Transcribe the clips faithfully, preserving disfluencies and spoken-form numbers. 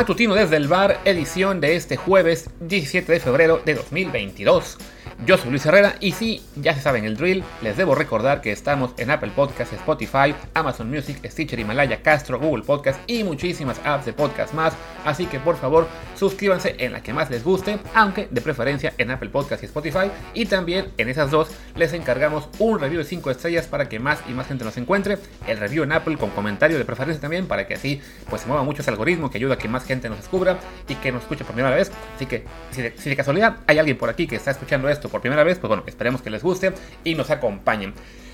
Matutino desde el bar, edición de este jueves diecisiete de febrero de dos mil veintidós. Yo soy Luis Herrera y sí, ya se saben el drill, les debo recordar que estamos en Apple Podcasts, Spotify, Amazon Music, Stitcher, Himalaya, Castro, Google Podcasts y muchísimas apps de podcast más, así que por favor suscríbanse en la que más les guste, aunque de preferencia en Apple Podcasts y Spotify, y también en esas dos les encargamos un review de cinco estrellas para que más y más gente nos encuentre, el review en Apple con comentario de preferencia también para que así pues se mueva mucho ese algoritmo que ayuda a que más gente nos descubra y que nos escuche por primera vez, así que si de, si de casualidad hay alguien por aquí que está escuchando esto por primera vez, pues bueno, esperemos que les guste y nos acompañen.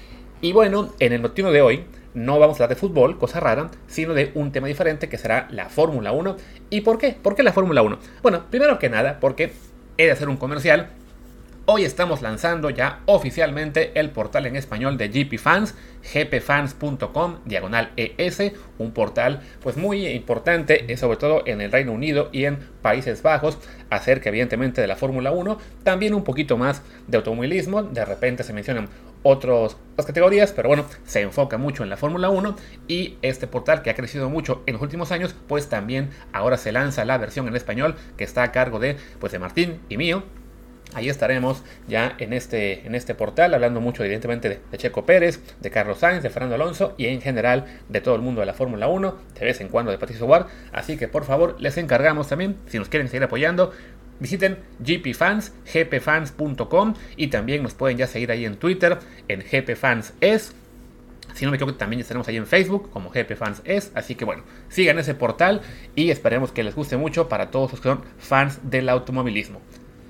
Y bueno, en el noticiero de hoy no vamos a hablar de fútbol, cosa rara, sino de un tema diferente que será la Fórmula uno. ¿Y por qué? ¿Por qué la Fórmula uno? Bueno, primero que nada, porque he de hacer un comercial. Hoy estamos lanzando ya oficialmente el portal en español de G P Fans, gpfans punto com, diagonal E S, un portal pues muy importante, sobre todo en el Reino Unido y en Países Bajos, acerca evidentemente de la Fórmula uno, también un poquito más de automovilismo, de repente se mencionan otros, otras categorías, pero bueno, se enfoca mucho en la Fórmula uno y este portal que ha crecido mucho en los últimos años, pues también ahora se lanza la versión en español que está a cargo de, pues de Martín y mío. Ahí estaremos ya en este, en este portal hablando mucho evidentemente de, de Checo Pérez, de Carlos Sainz, de Fernando Alonso y en general de todo el mundo de la Fórmula uno, de vez en cuando de Patricio Ward. Así que por favor les encargamos también, si nos quieren seguir apoyando, visiten G P Fans, gpfans punto com y también nos pueden ya seguir ahí en Twitter, en gpfanses. Si no me equivoco, también estaremos ahí en Facebook como gpfanses. Así que bueno, sigan ese portal y esperemos que les guste mucho para todos los que son fans del automovilismo.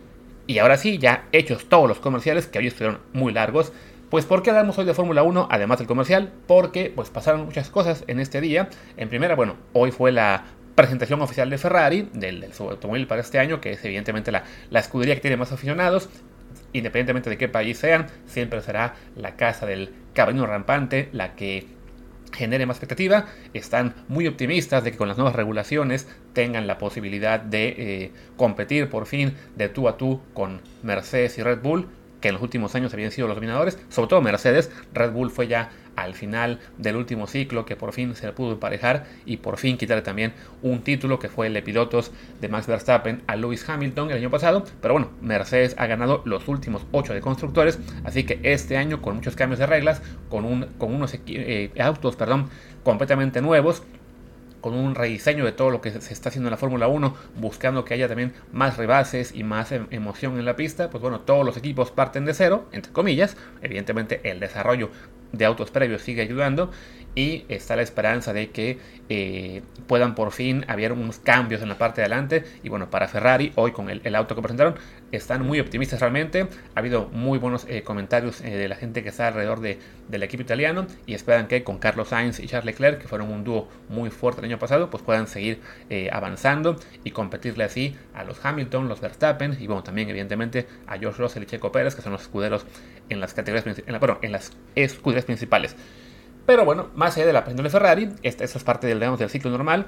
Y ahora sí, ya hechos todos los comerciales, que hoy estuvieron muy largos, pues ¿por qué hablamos hoy de Fórmula uno, además del comercial? Porque pues pasaron muchas cosas en este día. En primera, bueno, hoy fue la presentación oficial de Ferrari, del, del su automóvil para este año, que es evidentemente la, la escudería que tiene más aficionados, independientemente de qué país sean, siempre será la casa del caballo rampante, la que genere más expectativa. Están muy optimistas de que con las nuevas regulaciones tengan la posibilidad de eh, competir por fin de tú a tú con Mercedes y Red Bull, que en los últimos años habían sido los dominadores, sobre todo Mercedes. Red Bull fue ya al final del último ciclo que por fin se le pudo emparejar y por fin quitarle también un título que fue el de pilotos de Max Verstappen a Lewis Hamilton el año pasado. Pero bueno, Mercedes ha ganado los últimos ocho de constructores, así que este año con muchos cambios de reglas, con, un, con unos eh, autos perdón, completamente nuevos, con un rediseño de todo lo que se está haciendo en la Fórmula uno, buscando que haya también más rebases y más em- emoción en la pista, pues bueno, todos los equipos parten de cero, entre comillas. Evidentemente el desarrollo de autos previos sigue ayudando y está la esperanza de que eh, puedan por fin haber unos cambios en la parte de adelante. Y bueno, para Ferrari, hoy con el, el auto que presentaron, están muy optimistas realmente. Ha habido muy buenos eh, comentarios eh, de la gente que está alrededor de, del equipo italiano y esperan que con Carlos Sainz y Charles Leclerc, que fueron un dúo muy fuerte el año pasado, pues puedan seguir eh, avanzando y competirle así a los Hamilton, los Verstappen y bueno, también evidentemente a George Russell y Checo Pérez, que son los escuderos en las categorías en la, bueno, en las escuderías principales. Pero bueno, más allá de la presentación de Ferrari, esta, esta es parte del, digamos, del ciclo normal.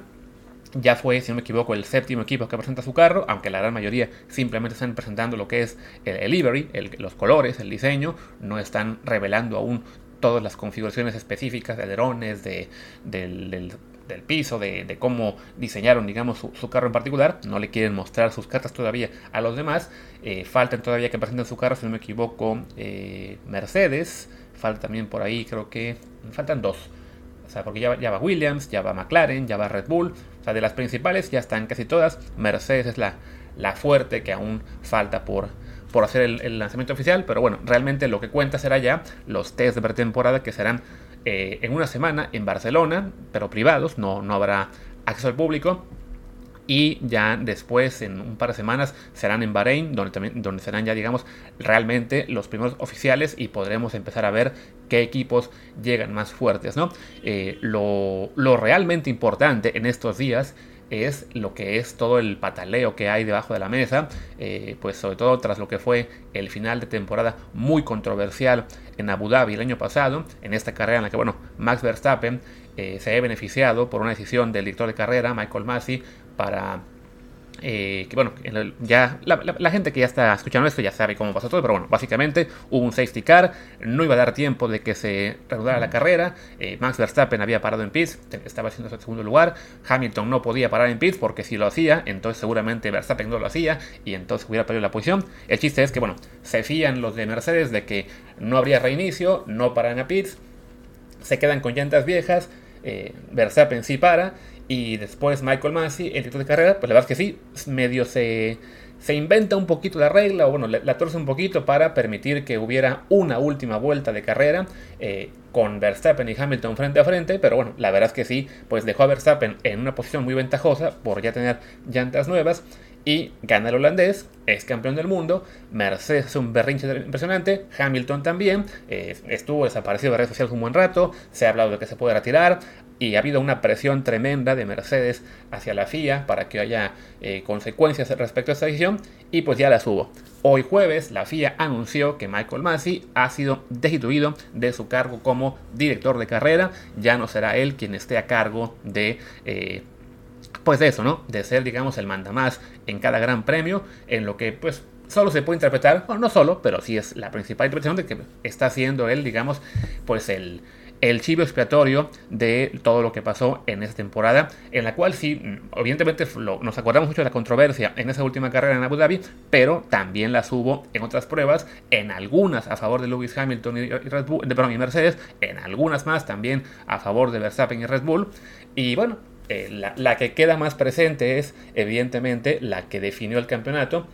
Ya fue, si no me equivoco, el séptimo equipo que presenta su carro, aunque la gran mayoría simplemente están presentando lo que es el, el livery, el, los colores, el diseño. No están revelando aún todas las configuraciones específicas de alerones, de, del, del, del piso, de, de cómo diseñaron, digamos, su, su carro en particular. No le quieren mostrar sus cartas todavía a los demás. Eh, faltan todavía que presenten su carro, si no me equivoco, eh, Mercedes. Falta también por ahí, creo que faltan dos. O sea, porque ya, ya va Williams, ya va McLaren, ya va Red Bull. O sea, de las principales ya están casi todas. Mercedes es la, la fuerte que aún falta por, por hacer el, el lanzamiento oficial. Pero bueno, realmente lo que cuenta será ya los test de pretemporada que serán eh, en una semana en Barcelona, pero privados, no, no habrá acceso al público. Y ya después, en un par de semanas, serán en Bahrein, donde, también, donde serán ya, digamos, realmente los primeros oficiales y podremos empezar a ver qué equipos llegan más fuertes, ¿no? Eh, lo, lo realmente importante en estos días es lo que es todo el pataleo que hay debajo de la mesa, eh, pues sobre todo tras lo que fue el final de temporada muy controversial en Abu Dhabi el año pasado, en esta carrera en la que, bueno, Max Verstappen eh, se ha beneficiado por una decisión del director de carrera, Michael Masi, para Eh, que bueno, ya la, la, la gente que ya está escuchando esto ya sabe cómo pasó todo, pero bueno, básicamente hubo un safety car, no iba a dar tiempo de que se reanudara la carrera, eh, Max Verstappen había parado en pits, estaba haciendo el segundo lugar, Hamilton no podía parar en pits porque si lo hacía, entonces seguramente Verstappen no lo hacía y entonces hubiera perdido la posición. El chiste es que bueno, se fían los de Mercedes de que no habría reinicio, no paran a pits, se quedan con llantas viejas, eh, Verstappen sí para. Y después Michael Masi, el director de carrera, pues la verdad es que sí, medio se, se inventa un poquito la regla, o bueno, la, la torce un poquito para permitir que hubiera una última vuelta de carrera eh, con Verstappen y Hamilton frente a frente, pero bueno, la verdad es que sí, pues dejó a Verstappen en una posición muy ventajosa por ya tener llantas nuevas. Y gana el holandés, es campeón del mundo. Mercedes es un berrinche impresionante. Hamilton también. Eh, estuvo desaparecido de redes sociales un buen rato. Se ha hablado de que se puede retirar. Y ha habido una presión tremenda de Mercedes hacia la F I A para que haya eh, consecuencias respecto a esta decisión. Y pues ya las hubo. Hoy jueves la F I A anunció que Michael Masi ha sido destituido de su cargo como director de carrera. Ya no será él quien esté a cargo de... Eh, pues de eso, ¿no? De ser, digamos, el mandamás en cada gran premio, en lo que, pues, solo se puede interpretar, bueno, no solo, pero sí es la principal interpretación de que está siendo él, digamos, pues el, el chivo expiatorio de todo lo que pasó en esta temporada, en la cual sí, evidentemente lo, nos acordamos mucho de la controversia en esa última carrera en Abu Dhabi, pero también las hubo en otras pruebas, en algunas a favor de Lewis Hamilton y, Red Bull, de, perdón, y Mercedes, en algunas más también a favor de Verstappen y Red Bull, y bueno, Eh, la, la que queda más presente es evidentemente la que definió el campeonato,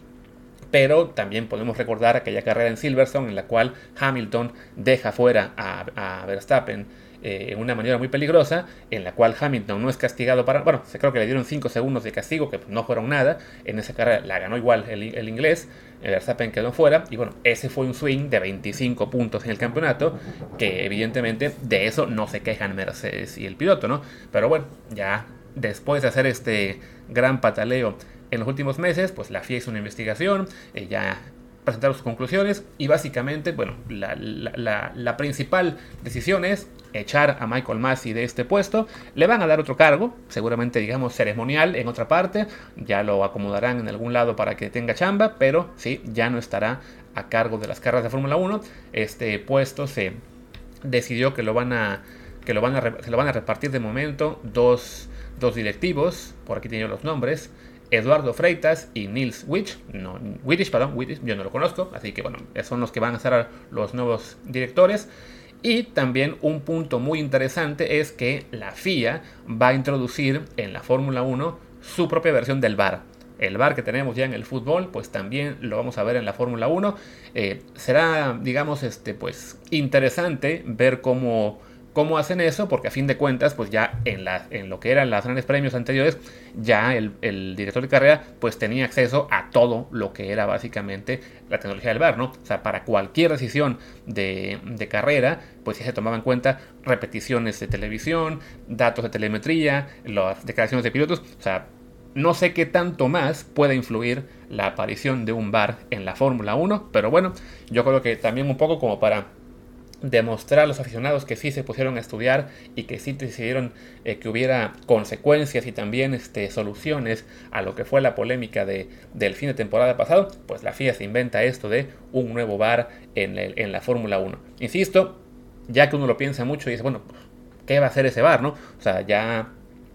pero también podemos recordar aquella carrera en Silverstone en la cual Hamilton deja fuera a, a Verstappen eh, en una maniobra muy peligrosa, en la cual Hamilton no es castigado para... Bueno, se creo que le dieron cinco segundos de castigo, que no fueron nada. En esa carrera la ganó igual el, el inglés, el Verstappen quedó fuera, y bueno, ese fue un swing de veinticinco puntos en el campeonato, que evidentemente de eso no se quejan Mercedes y el piloto, ¿no? Pero bueno, ya después de hacer este gran pataleo en los últimos meses, pues la F I A hizo una investigación, eh, ya presentaron sus conclusiones y básicamente, bueno, la, la, la, la principal decisión es echar a Michael Masi de este puesto. Le van a dar otro cargo, seguramente digamos ceremonial en otra parte, ya lo acomodarán en algún lado para que tenga chamba, pero sí, ya no estará a cargo de las carreras de Fórmula uno. Este puesto se decidió que lo van a, que lo van a, se lo van a repartir de momento dos, dos directivos, por aquí tienen los nombres, Eduardo Freitas y Nils Wittich, no, Wittich, perdón, Wittich, yo no lo conozco, así que bueno, son los que van a ser los nuevos directores. Y también un punto muy interesante es que la F I A va a introducir en la Fórmula uno su propia versión del V A R. El V A R que tenemos ya en el fútbol, pues también lo vamos a ver en la Fórmula uno. Eh, será, digamos, este, pues interesante ver cómo... ¿Cómo hacen eso? Porque a fin de cuentas, pues ya en, la, en lo que eran los grandes premios anteriores, ya el, el director de carrera pues tenía acceso a todo lo que era básicamente la tecnología del V A R, ¿no? O sea, para cualquier decisión de, de carrera, pues ya se tomaba en cuenta repeticiones de televisión, datos de telemetría, las declaraciones de pilotos, o sea, no sé qué tanto más puede influir la aparición de un V A R en la Fórmula uno, pero bueno, yo creo que también un poco como para demostrar a los aficionados que sí se pusieron a estudiar y que sí decidieron eh, que hubiera consecuencias y también este, soluciones a lo que fue la polémica de, del fin de temporada pasado, pues la F I A se inventa esto de un nuevo V A R en, el, en la Fórmula uno. Insisto, ya que uno lo piensa mucho y dice, bueno, ¿qué va a hacer ese V A R, no? O sea, ya...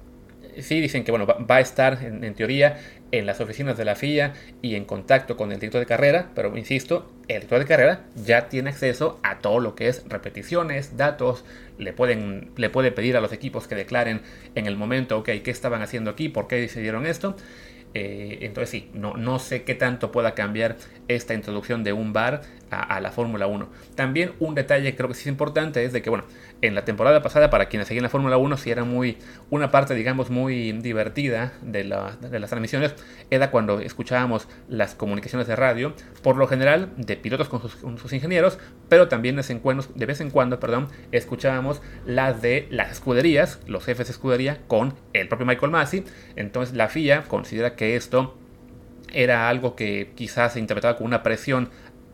Sí dicen que bueno, va, va a estar en, en teoría en las oficinas de la F I A y en contacto con el director de carrera, pero insisto, el director de carrera ya tiene acceso a todo lo que es repeticiones, datos, le, pueden, le puede pedir a los equipos que declaren en el momento, ok, ¿qué estaban haciendo aquí? ¿Por qué decidieron esto? Eh, entonces sí, no, no sé qué tanto pueda cambiar esta introducción de un V A R a, a la Fórmula uno. También un detalle creo que sí es importante es de que, bueno, en la temporada pasada, para quienes seguían la Fórmula uno, sí era muy, una parte, digamos, muy divertida de, la, de las transmisiones, era cuando escuchábamos las comunicaciones de radio, por lo general de pilotos con sus, con sus ingenieros, pero también de vez en cuando, de vez en cuando perdón, escuchábamos las de las escuderías, los jefes de escudería, con el propio Michael Masi. Entonces la F I A considera que esto era algo que quizás se interpretaba como una presión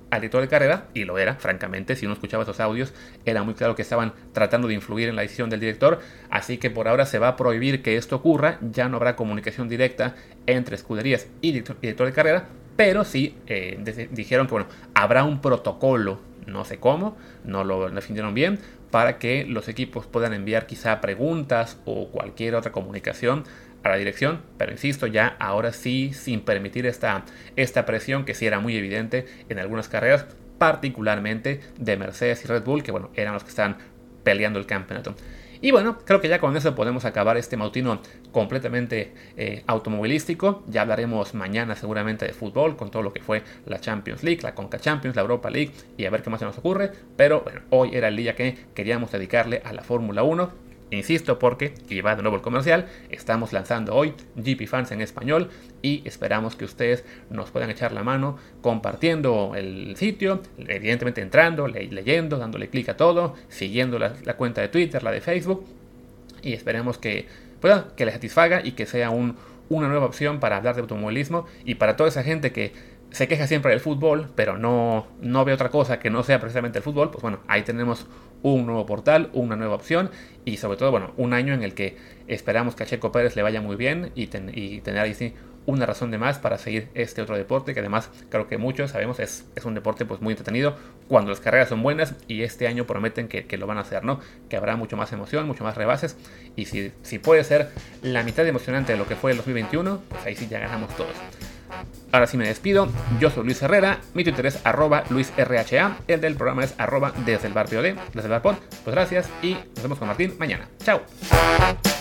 al director de carrera, y lo era, francamente, si uno escuchaba esos audios, era muy claro que estaban tratando de influir en la decisión del director, así que por ahora se va a prohibir que esto ocurra, ya no habrá comunicación directa entre escuderías y director, y director de carrera, pero sí eh, de, dijeron que bueno, habrá un protocolo, no sé cómo, no lo definieron bien, para que los equipos puedan enviar quizá preguntas o cualquier otra comunicación a la dirección, pero insisto, ya ahora sí, sin permitir esta, esta presión que sí era muy evidente en algunas carreras, particularmente de Mercedes y Red Bull, que bueno, eran los que estaban peleando el campeonato. Y bueno, creo que ya con eso podemos acabar este matutino completamente eh, automovilístico. Ya hablaremos mañana seguramente de fútbol, con todo lo que fue la Champions League, la Conca Champions, la Europa League, y a ver qué más se nos ocurre. Pero bueno, hoy era el día que queríamos dedicarle a la Fórmula uno. Insisto porque, y va de nuevo el comercial, estamos lanzando hoy G P Fans en español y esperamos que ustedes nos puedan echar la mano compartiendo el sitio, evidentemente entrando, le- leyendo, dándole clic a todo, siguiendo la, la cuenta de Twitter, la de Facebook, y esperemos que, pues, que les satisfaga y que sea un, una nueva opción para hablar de automovilismo y para toda esa gente que se queja siempre del fútbol, pero no, no ve otra cosa que no sea precisamente el fútbol. Pues bueno, ahí tenemos un nuevo portal, una nueva opción y sobre todo, bueno, un año en el que esperamos que a Checo Pérez le vaya muy bien y, ten, y tener ahí sí una razón de más para seguir este otro deporte que además creo que muchos sabemos es, es un deporte pues muy entretenido cuando las carreras son buenas, y este año prometen que, que lo van a hacer, ¿no? Que habrá mucho más emoción, mucho más rebases, y si, si puede ser la mitad de emocionante de lo que fue el dos mil veintiuno, pues ahí sí ya ganamos todos. Ahora sí me despido, yo soy Luis Herrera, mi Twitter es arroba luisrha, el del programa es arroba desde el bar P O D, desde el bar Pod. Pues gracias y nos vemos con Martín mañana. Chao.